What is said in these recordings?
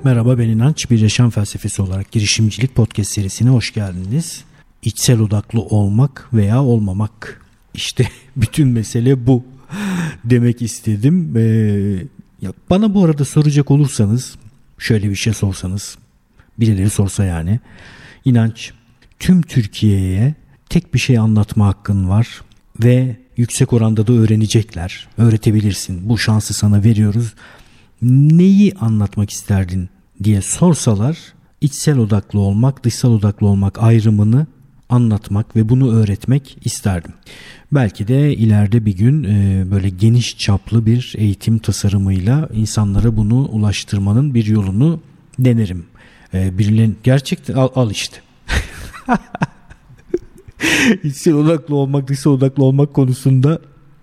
Merhaba, ben İnanç. Bir yaşam felsefesi olarak girişimcilik podcast serisine hoş geldiniz. İçsel odaklı olmak veya olmamak. İşte bütün mesele bu demek istedim. Bana bu arada soracak olursanız, şöyle bir şey sorsanız, birileri sorsa yani, İnanç, tüm Türkiye'ye tek bir şey anlatma hakkın var ve yüksek oranda da öğrenecekler. Öğretebilirsin. Bu şansı sana veriyoruz. Neyi anlatmak isterdin diye sorsalar, içsel odaklı olmak, dışsal odaklı olmak ayrımını anlatmak ve bunu öğretmek isterdim. Belki de ileride bir gün böyle geniş çaplı bir eğitim tasarımıyla insanlara bunu ulaştırmanın bir yolunu denerim. Birilerinin gerçekten al işte. İçsel odaklı olmak, dışsal odaklı olmak konusunda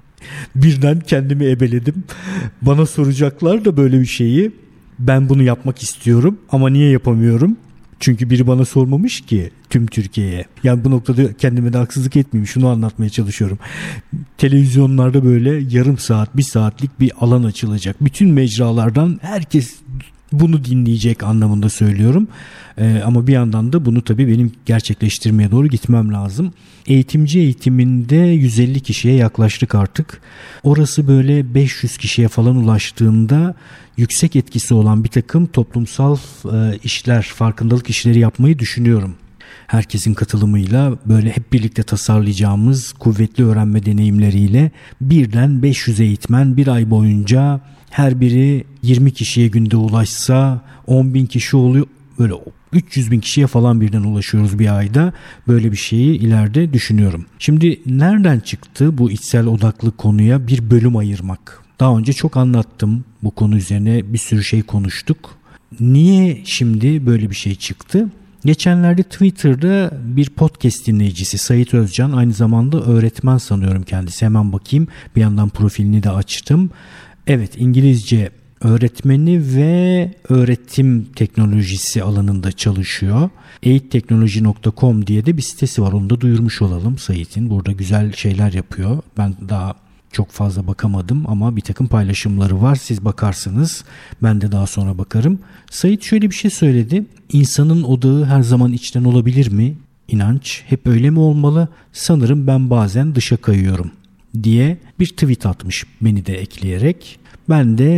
birden kendimi ebeledim. Bana soracaklar da böyle bir şeyi. Ben bunu yapmak istiyorum ama niye yapamıyorum? Çünkü biri bana sormamış ki tüm Türkiye'ye. Yani bu noktada kendime de haksızlık etmeyeyim. Şunu anlatmaya çalışıyorum. Televizyonlarda böyle yarım saat, bir saatlik bir alan açılacak. Bütün mecralardan herkes bunu dinleyecek anlamında söylüyorum. Ama bir yandan da bunu tabii benim gerçekleştirmeye doğru gitmem lazım. Eğitimci eğitiminde 150 kişiye yaklaştık artık. Orası böyle 500 kişiye falan ulaştığında yüksek etkisi olan bir takım toplumsal işler, farkındalık işleri yapmayı düşünüyorum. Herkesin katılımıyla böyle hep birlikte tasarlayacağımız kuvvetli öğrenme deneyimleriyle birden 500 eğitmen bir ay boyunca her biri 20 kişiye günde ulaşsa 10.000 kişi oluyor. Böyle 300.000 kişiye falan birden ulaşıyoruz bir ayda. Böyle bir şeyi ileride düşünüyorum. Şimdi nereden çıktı bu içsel odaklı konuya bir bölüm ayırmak? Daha önce çok anlattım. Bu konu üzerine bir sürü şey konuştuk. Niye şimdi böyle bir şey çıktı? Geçenlerde Twitter'da bir podcast dinleyicisi Sait Özcan, aynı zamanda öğretmen sanıyorum kendisi. Hemen bakayım. Bir yandan profilini de açtım. Evet, İngilizce öğretmeni ve öğretim teknolojisi alanında çalışıyor. eğitteknoloji.com diye de bir sitesi var. Onu da duyurmuş olalım Sait'in. Burada güzel şeyler yapıyor. Ben daha çok fazla bakamadım ama bir takım paylaşımları var. Siz bakarsınız. Ben de daha sonra bakarım. Sait şöyle bir şey söyledi. İnsanın odağı her zaman içten olabilir mi? İnanç hep öyle mi olmalı? Sanırım ben bazen dışa kayıyorum diye bir tweet atmış, beni de ekleyerek. Ben de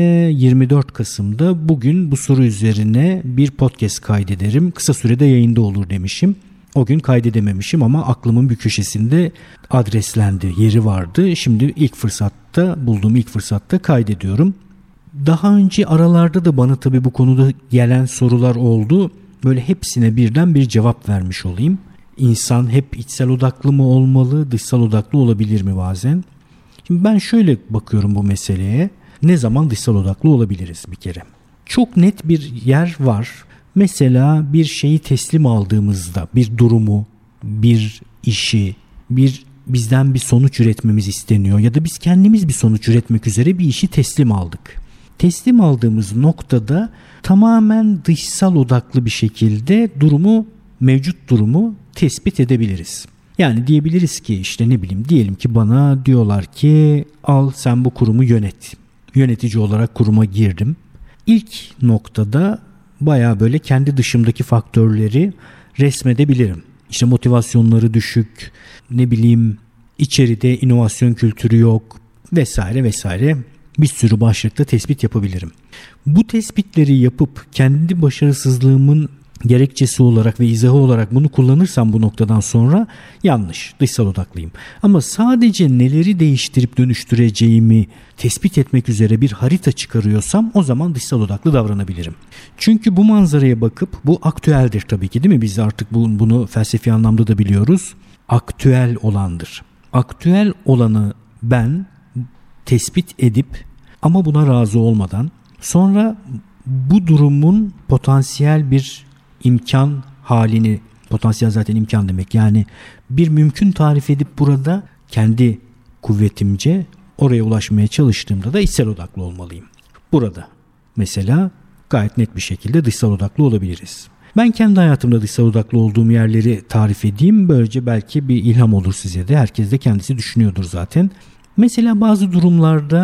24 Kasım'da bugün bu soru üzerine bir podcast kaydederim. Kısa sürede yayında olur demişim. O gün kaydedememişim ama aklımın bir köşesinde adreslendi, yeri vardı. Şimdi bulduğum ilk fırsatta kaydediyorum. Daha önce aralarda da bana tabii bu konuda gelen sorular oldu. Böyle hepsine birden bir cevap vermiş olayım. İnsan hep içsel odaklı mı olmalı, dışsal odaklı olabilir mi bazen? Şimdi ben şöyle bakıyorum bu meseleye. Ne zaman dışsal odaklı olabiliriz bir kere? Çok net bir yer var. Mesela bir şeyi teslim aldığımızda, bir durumu, bir işi, bizden bir sonuç üretmemiz isteniyor ya da biz kendimiz bir sonuç üretmek üzere bir işi teslim aldık. Teslim aldığımız noktada tamamen dışsal odaklı bir şekilde mevcut durumu tespit edebiliriz. Yani diyebiliriz ki işte diyelim ki bana diyorlar ki al sen bu kurumu yönet. Yönetici olarak kuruma girdim. İlk noktada bayağı böyle kendi dışımdaki faktörleri resmedebilirim. İşte motivasyonları düşük, içeride inovasyon kültürü yok vesaire vesaire, bir sürü başlıkta tespit yapabilirim. Bu tespitleri yapıp kendi başarısızlığımın gerekçesi olarak ve izahı olarak bunu kullanırsam bu noktadan sonra yanlış, dışsal odaklıyım. Ama sadece neleri değiştirip dönüştüreceğimi tespit etmek üzere bir harita çıkarıyorsam o zaman dışsal odaklı davranabilirim. Çünkü bu manzaraya bakıp, bu aktüeldir tabii ki, değil mi? Biz artık bunu felsefi anlamda da biliyoruz. Aktüel olandır. Aktüel olanı ben tespit edip ama buna razı olmadan sonra bu durumun potansiyel bir imkan halini, potansiyel zaten imkan demek, yani bir mümkün tarif edip burada kendi kuvvetimce oraya ulaşmaya çalıştığımda da içsel odaklı olmalıyım. Burada mesela gayet net bir şekilde dışsal odaklı olabiliriz. Ben kendi hayatımda dışsal odaklı olduğum yerleri tarif edeyim. Böylece belki bir ilham olur size de. Herkes de kendisi düşünüyordur zaten. Mesela bazı durumlarda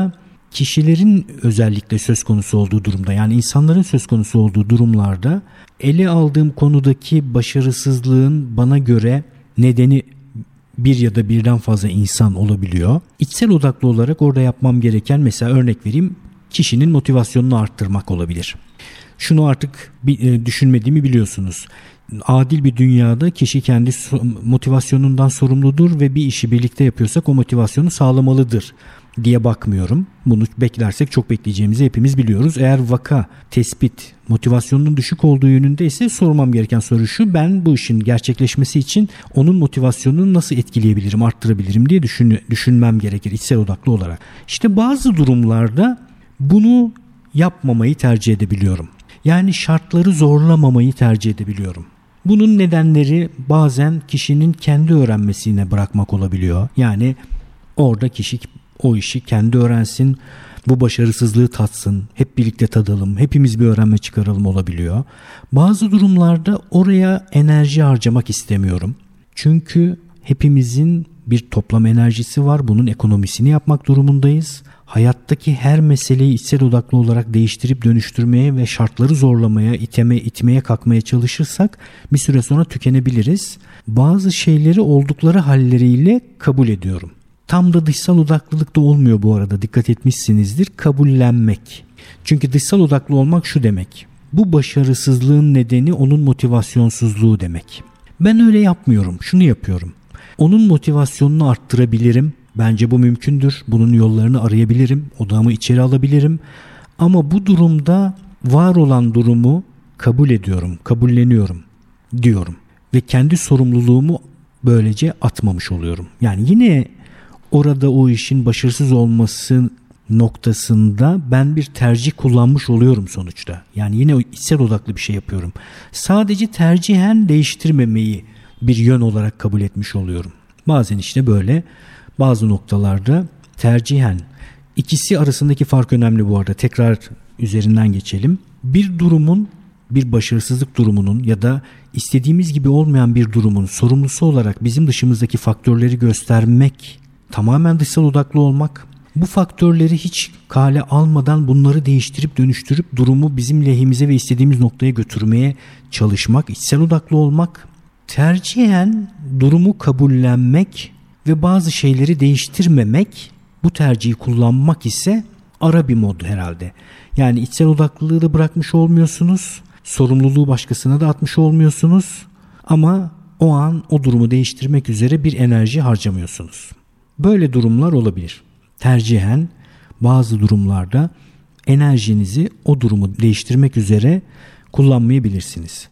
kişilerin özellikle söz konusu olduğu durumda, yani insanların söz konusu olduğu durumlarda ele aldığım konudaki başarısızlığın bana göre nedeni bir ya da birden fazla insan olabiliyor. İçsel odaklı olarak orada yapmam gereken, mesela örnek vereyim, kişinin motivasyonunu arttırmak olabilir. Şunu artık düşünmediğimi biliyorsunuz. Adil bir dünyada kişi kendi motivasyonundan sorumludur ve bir işi birlikte yapıyorsak o motivasyonu sağlamalıdır diye bakmıyorum. Bunu beklersek çok bekleyeceğimizi hepimiz biliyoruz. Eğer vaka, tespit, motivasyonunun düşük olduğu yönünde ise sormam gereken soru şu: ben bu işin gerçekleşmesi için onun motivasyonunu nasıl etkileyebilirim, arttırabilirim diye düşünmem gerekir içsel odaklı olarak. İşte bazı durumlarda bunu yapmamayı tercih edebiliyorum. Yani şartları zorlamamayı tercih edebiliyorum. Bunun nedenleri bazen kişinin kendi öğrenmesine bırakmak olabiliyor. Yani orada kişi o işi kendi öğrensin, bu başarısızlığı tatsın, hep birlikte tadalım, hepimiz bir öğrenme çıkaralım olabiliyor. Bazı durumlarda oraya enerji harcamak istemiyorum. Çünkü hepimizin bir toplam enerjisi var, bunun ekonomisini yapmak durumundayız. Hayattaki her meseleyi içsel odaklı olarak değiştirip dönüştürmeye ve şartları zorlamaya, itmeye kalkmaya çalışırsak bir süre sonra tükenebiliriz. Bazı şeyleri oldukları halleriyle kabul ediyorum. Tam da dışsal odaklılıkta olmuyor bu arada, dikkat etmişsinizdir, kabullenmek. Çünkü dışsal odaklı olmak şu demek: bu başarısızlığın nedeni onun motivasyonsuzluğu demek. Ben öyle yapmıyorum, şunu yapıyorum: onun motivasyonunu arttırabilirim. Bence bu mümkündür. Bunun yollarını arayabilirim. Odağımı içeri alabilirim. Ama bu durumda var olan durumu kabul ediyorum, kabulleniyorum diyorum. Ve kendi sorumluluğumu böylece atmamış oluyorum. Yani yine orada o işin başarısız olması noktasında ben bir tercih kullanmış oluyorum sonuçta. Yani yine içsel odaklı bir şey yapıyorum. Sadece tercihen değiştirmemeyi bir yön olarak kabul etmiş oluyorum. Bazen işte böyle, bazı noktalarda tercihen. İkisi arasındaki fark önemli bu arada. Tekrar üzerinden geçelim. Bir durumun, bir başarısızlık durumunun ya da istediğimiz gibi olmayan bir durumun sorumlusu olarak bizim dışımızdaki faktörleri göstermek tamamen dışsal odaklı olmak. Bu faktörleri hiç kale almadan bunları değiştirip dönüştürüp durumu bizim lehimize ve istediğimiz noktaya götürmeye çalışmak, içsel odaklı olmak. Tercihen durumu kabullenmek ve bazı şeyleri değiştirmemek, bu tercihi kullanmak ise ara bir mod herhalde. Yani içsel odaklılığı da bırakmış olmuyorsunuz, sorumluluğu başkasına da atmış olmuyorsunuz ama o an o durumu değiştirmek üzere bir enerji harcamıyorsunuz. Böyle durumlar olabilir. Tercihen bazı durumlarda enerjinizi o durumu değiştirmek üzere kullanmayabilirsiniz.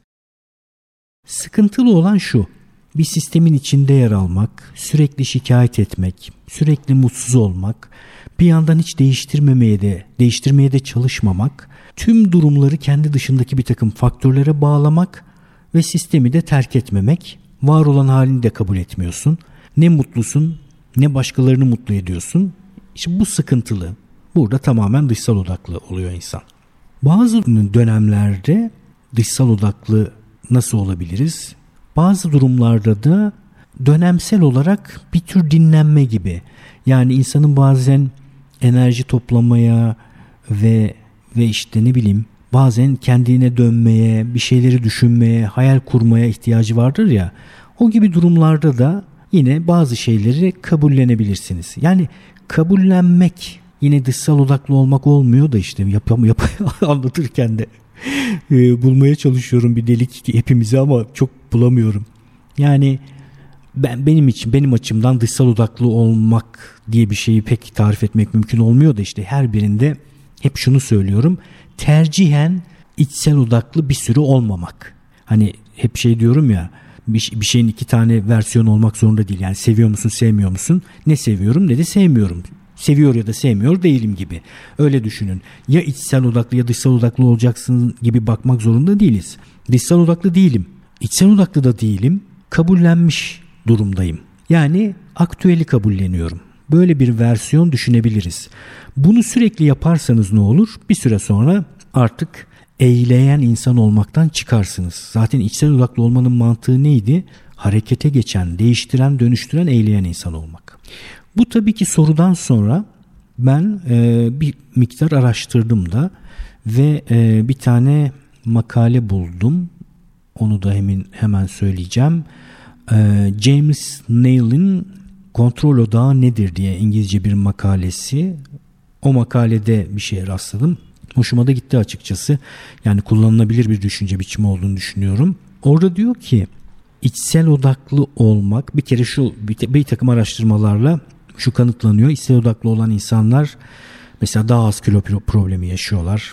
Sıkıntılı olan şu: bir sistemin içinde yer almak, sürekli şikayet etmek, sürekli mutsuz olmak, bir yandan hiç değiştirmeye de çalışmamak, tüm durumları kendi dışındaki bir takım faktörlere bağlamak ve sistemi de terk etmemek. Var olan halini de kabul etmiyorsun. Ne mutlusun, ne başkalarını mutlu ediyorsun. İşte bu sıkıntılı. Burada tamamen dışsal odaklı oluyor insan. Bazı dönemlerde dışsal odaklı nasıl olabiliriz? Bazı durumlarda da dönemsel olarak bir tür dinlenme gibi. Yani insanın bazen enerji toplamaya ve işte ne bileyim, bazen kendine dönmeye, bir şeyleri düşünmeye, hayal kurmaya ihtiyacı vardır ya. O gibi durumlarda da yine bazı şeyleri kabullenebilirsiniz. Yani kabullenmek yine dışsal odaklı olmak olmuyor da işte anlatırken de bulmaya çalışıyorum bir delik hepimize ama çok bulamıyorum. Yani benim açımdan dışsal odaklı olmak diye bir şeyi pek tarif etmek mümkün olmuyor da işte her birinde hep şunu söylüyorum: tercihen içsel odaklı bir sürü olmamak. Hani hep şey diyorum ya, bir şeyin iki tane versiyon olmak zorunda değil. Yani seviyor musun, sevmiyor musun? Ne seviyorum ne de sevmiyorum. Seviyor ya da sevmiyor değilim gibi. Öyle düşünün. Ya içsel odaklı ya dışsal odaklı olacaksın gibi bakmak zorunda değiliz. Dışsal odaklı değilim, İçsel odaklı da değilim. Kabullenmiş durumdayım. Yani aktüeli kabulleniyorum. Böyle bir versiyon düşünebiliriz. Bunu sürekli yaparsanız ne olur? Bir süre sonra artık eyleyen insan olmaktan çıkarsınız. Zaten içsel odaklı olmanın mantığı neydi? Harekete geçen, değiştiren, dönüştüren, eyleyen insan olmak. Bu tabii ki sorudan sonra Ben bir miktar araştırdım da ve bir tane makale buldum. Onu da hemen söyleyeceğim. James Nail'in Kontrol Odağı Nedir diye İngilizce bir makalesi. O makalede bir şeye rastladım. Hoşuma da gitti açıkçası. Yani kullanılabilir bir düşünce biçimi olduğunu düşünüyorum. Orada diyor ki içsel odaklı olmak, bir kere bir takım araştırmalarla şu kanıtlanıyor. İçsel odaklı olan insanlar mesela daha az kilo problemi yaşıyorlar.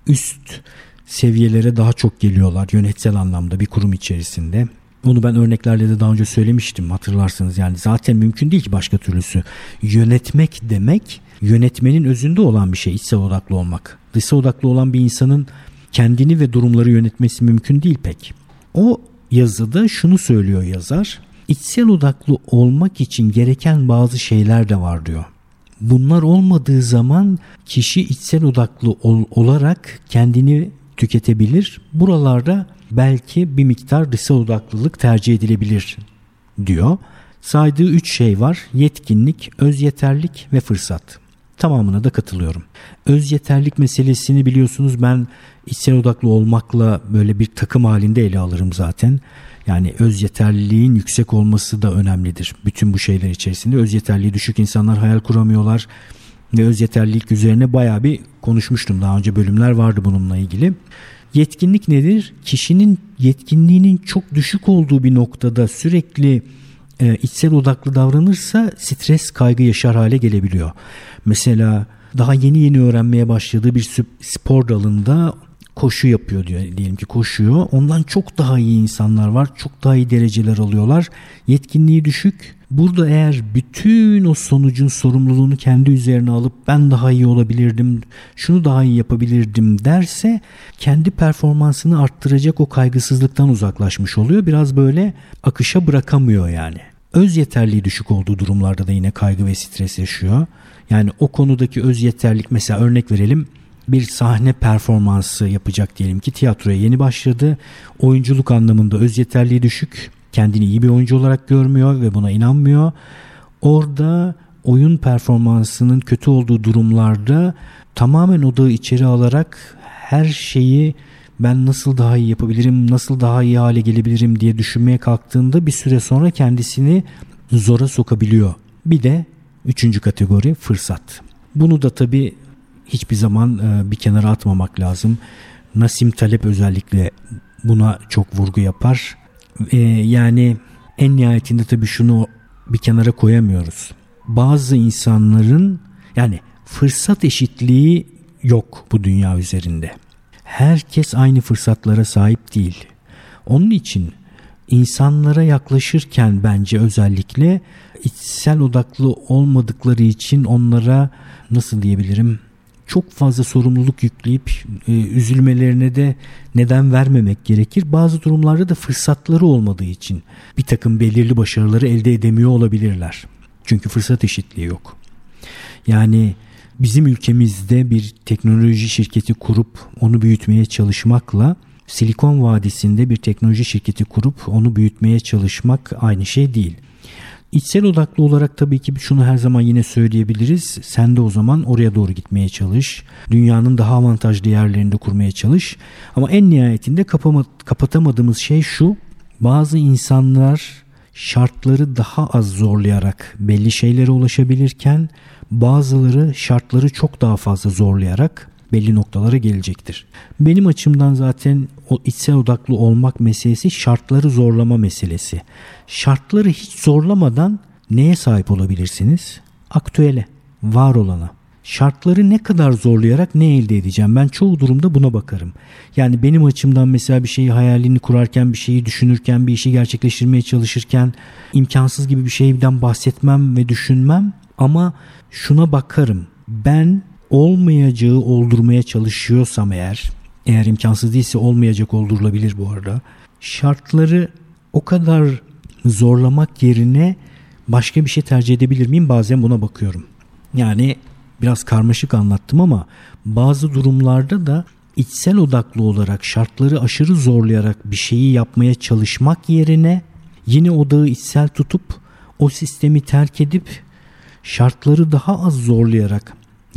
Üst seviyelere daha çok geliyorlar yönetsel anlamda bir kurum içerisinde. Onu ben örneklerle de daha önce söylemiştim, hatırlarsınız. Yani zaten mümkün değil ki başka türlüsü. Yönetmek demek yönetmenin özünde olan bir şey, içsel odaklı olmak. Dışsal odaklı olan bir insanın kendini ve durumları yönetmesi mümkün değil pek. O yazıda şunu söylüyor yazar. İçsel odaklı olmak için gereken bazı şeyler de var diyor. Bunlar olmadığı zaman kişi içsel odaklı olarak kendini tüketebilir. Buralarda belki bir miktar dışsal odaklılık tercih edilebilir diyor. Saydığı 3 şey var: yetkinlik, özyeterlik ve fırsat. Tamamına da katılıyorum. Özyeterlik meselesini biliyorsunuz, ben içsel odaklı olmakla böyle bir takım halinde ele alırım zaten. Yani özyeterliliğin yüksek olması da önemlidir. Bütün bu şeyler içerisinde özyeterliği düşük insanlar hayal kuramıyorlar. Ve özyeterlilik üzerine bayağı bir konuşmuştum. Daha önce bölümler vardı bununla ilgili. Yetkinlik nedir? Kişinin yetkinliğinin çok düşük olduğu bir noktada sürekli içsel odaklı davranırsa stres, kaygı yaşar hale gelebiliyor. Mesela daha yeni öğrenmeye başladığı bir spor dalında koşu yapıyor diyelim ki koşuyor. Ondan çok daha iyi insanlar var. Çok daha iyi dereceler alıyorlar. Yetkinliği düşük. Burada eğer bütün o sonucun sorumluluğunu kendi üzerine alıp ben daha iyi olabilirdim, şunu daha iyi yapabilirdim derse kendi performansını arttıracak o kaygısızlıktan uzaklaşmış oluyor. Biraz böyle akışa bırakamıyor yani. Öz yeterliği düşük olduğu durumlarda da yine kaygı ve stres yaşıyor. Yani o konudaki öz yeterlik, mesela örnek verelim. Bir sahne performansı yapacak diyelim ki, tiyatroya yeni başladı. Oyunculuk anlamında öz yeterliği düşük. Kendini iyi bir oyuncu olarak görmüyor ve buna inanmıyor. Orada oyun performansının kötü olduğu durumlarda tamamen odağı içeri alarak her şeyi ben nasıl daha iyi yapabilirim, nasıl daha iyi hale gelebilirim diye düşünmeye kalktığında bir süre sonra kendisini zora sokabiliyor. Bir de 3. kategori fırsat. Bunu da tabii hiçbir zaman bir kenara atmamak lazım. Nassim Taleb özellikle buna çok vurgu yapar. Yani en nihayetinde tabii şunu bir kenara koyamıyoruz. Bazı insanların, yani fırsat eşitliği yok bu dünya üzerinde. Herkes aynı fırsatlara sahip değil. Onun için insanlara yaklaşırken bence özellikle içsel odaklı olmadıkları için onlara nasıl diyebilirim, çok fazla sorumluluk yükleyip üzülmelerine de neden vermemek gerekir. Bazı durumlarda da fırsatları olmadığı için bir takım belirli başarıları elde edemiyor olabilirler. Çünkü fırsat eşitliği yok. Yani bizim ülkemizde bir teknoloji şirketi kurup onu büyütmeye çalışmakla Silikon Vadisi'nde bir teknoloji şirketi kurup onu büyütmeye çalışmak aynı şey değil. İçsel odaklı olarak tabii ki şunu her zaman yine söyleyebiliriz. Sen de o zaman oraya doğru gitmeye çalış. Dünyanın daha avantajlı yerlerinde kurmaya çalış. Ama en nihayetinde kapatamadığımız şey şu: bazı insanlar şartları daha az zorlayarak belli şeylere ulaşabilirken bazıları şartları çok daha fazla zorlayarak belli noktalara gelecektir. Benim açımdan zaten o içsel odaklı olmak meselesi şartları zorlama meselesi. Şartları hiç zorlamadan neye sahip olabilirsiniz? Aktüele, var olana. Şartları ne kadar zorlayarak ne elde edeceğim? Ben çoğu durumda buna bakarım. Yani benim açımdan mesela bir şeyi hayalini kurarken, bir şeyi düşünürken, bir işi gerçekleştirmeye çalışırken imkansız gibi bir şeyden bahsetmem ve düşünmem. Ama şuna bakarım: ben olmayacağı oldurmaya çalışıyorsam eğer imkansız değilse olmayacak oldurulabilir bu arada. Şartları o kadar zorlamak yerine başka bir şey tercih edebilir miyim? Bazen buna bakıyorum. Yani biraz karmaşık anlattım ama bazı durumlarda da içsel odaklı olarak şartları aşırı zorlayarak bir şeyi yapmaya çalışmak yerine yine odağı içsel tutup o sistemi terk edip şartları daha az zorlayarak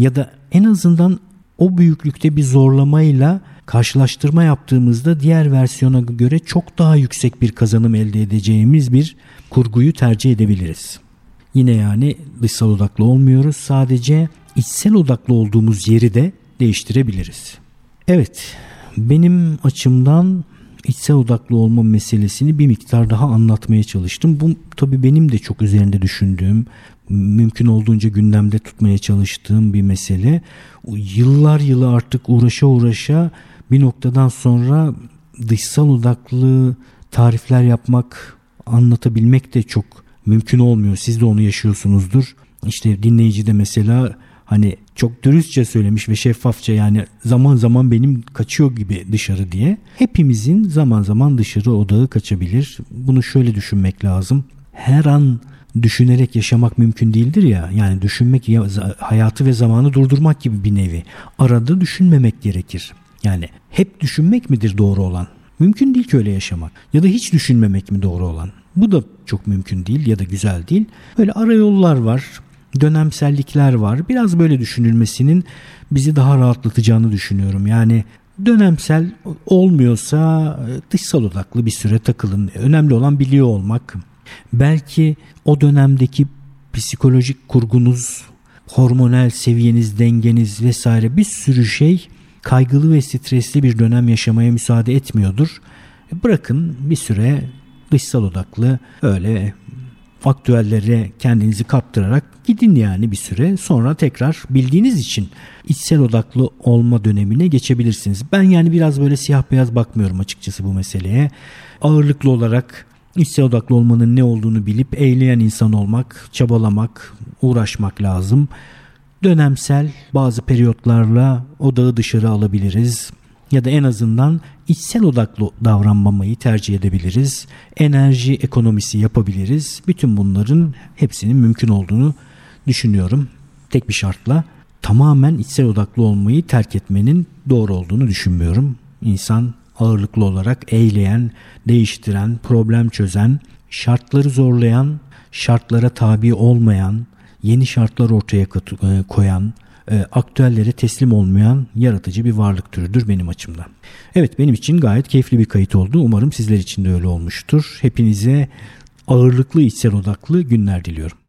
Ya da en azından o büyüklükte bir zorlamayla karşılaştırma yaptığımızda diğer versiyona göre çok daha yüksek bir kazanım elde edeceğimiz bir kurguyu tercih edebiliriz. Yine yani dışsal odaklı olmuyoruz. Sadece içsel odaklı olduğumuz yeri de değiştirebiliriz. Evet, benim açımdan içsel odaklı olma meselesini bir miktar daha anlatmaya çalıştım. Bu tabii benim de çok üzerinde düşündüğüm, mümkün olduğunca gündemde tutmaya çalıştığım bir mesele. Yıllar yılı artık uğraşa bir noktadan sonra dışsal odaklı tarifler yapmak, anlatabilmek de çok mümkün olmuyor. Siz de onu yaşıyorsunuzdur. İşte dinleyici de mesela hani çok dürüstçe söylemiş ve şeffafça, yani zaman zaman benim kaçıyor gibi dışarı diye. Hepimizin zaman zaman dışarı odağı kaçabilir. Bunu şöyle düşünmek lazım. Her an düşünerek yaşamak mümkün değildir ya. Yani düşünmek hayatı ve zamanı durdurmak gibi bir nevi. Arada düşünmemek gerekir. Yani hep düşünmek midir doğru olan? Mümkün değil ki öyle yaşamak. Ya da hiç düşünmemek mi doğru olan? Bu da çok mümkün değil ya da güzel değil. Böyle arayollar var. Dönemsellikler var. Biraz böyle düşünülmesinin bizi daha rahatlatacağını düşünüyorum. Yani dönemsel olmuyorsa dışsal odaklı bir süre takılın. Önemli olan biliyor olmak. Belki o dönemdeki psikolojik kurgunuz, hormonal seviyeniz, dengeniz vesaire bir sürü şey kaygılı ve stresli bir dönem yaşamaya müsaade etmiyordur. Bırakın bir süre dışsal odaklı öyle aktüellere kendinizi kaptırarak gidin yani bir süre. Sonra tekrar bildiğiniz için içsel odaklı olma dönemine geçebilirsiniz. Ben yani biraz böyle siyah beyaz bakmıyorum açıkçası bu meseleye. Ağırlıklı olarak içsel odaklı olmanın ne olduğunu bilip eyleyen insan olmak, çabalamak, uğraşmak lazım. Dönemsel bazı periyotlarla odağı dışarı alabiliriz. Ya da en azından içsel odaklı davranmamayı tercih edebiliriz. Enerji ekonomisi yapabiliriz. Bütün bunların hepsinin mümkün olduğunu düşünüyorum. Tek bir şartla, tamamen içsel odaklı olmayı terk etmenin doğru olduğunu düşünmüyorum. İnsan ağırlıklı olarak eyleyen, değiştiren, problem çözen, şartları zorlayan, şartlara tabi olmayan, yeni şartlar ortaya koyan, aktüellere teslim olmayan yaratıcı bir varlık türüdür benim açımdan. Evet, benim için gayet keyifli bir kayıt oldu. Umarım sizler için de öyle olmuştur. Hepinize ağırlıklı içsel odaklı günler diliyorum.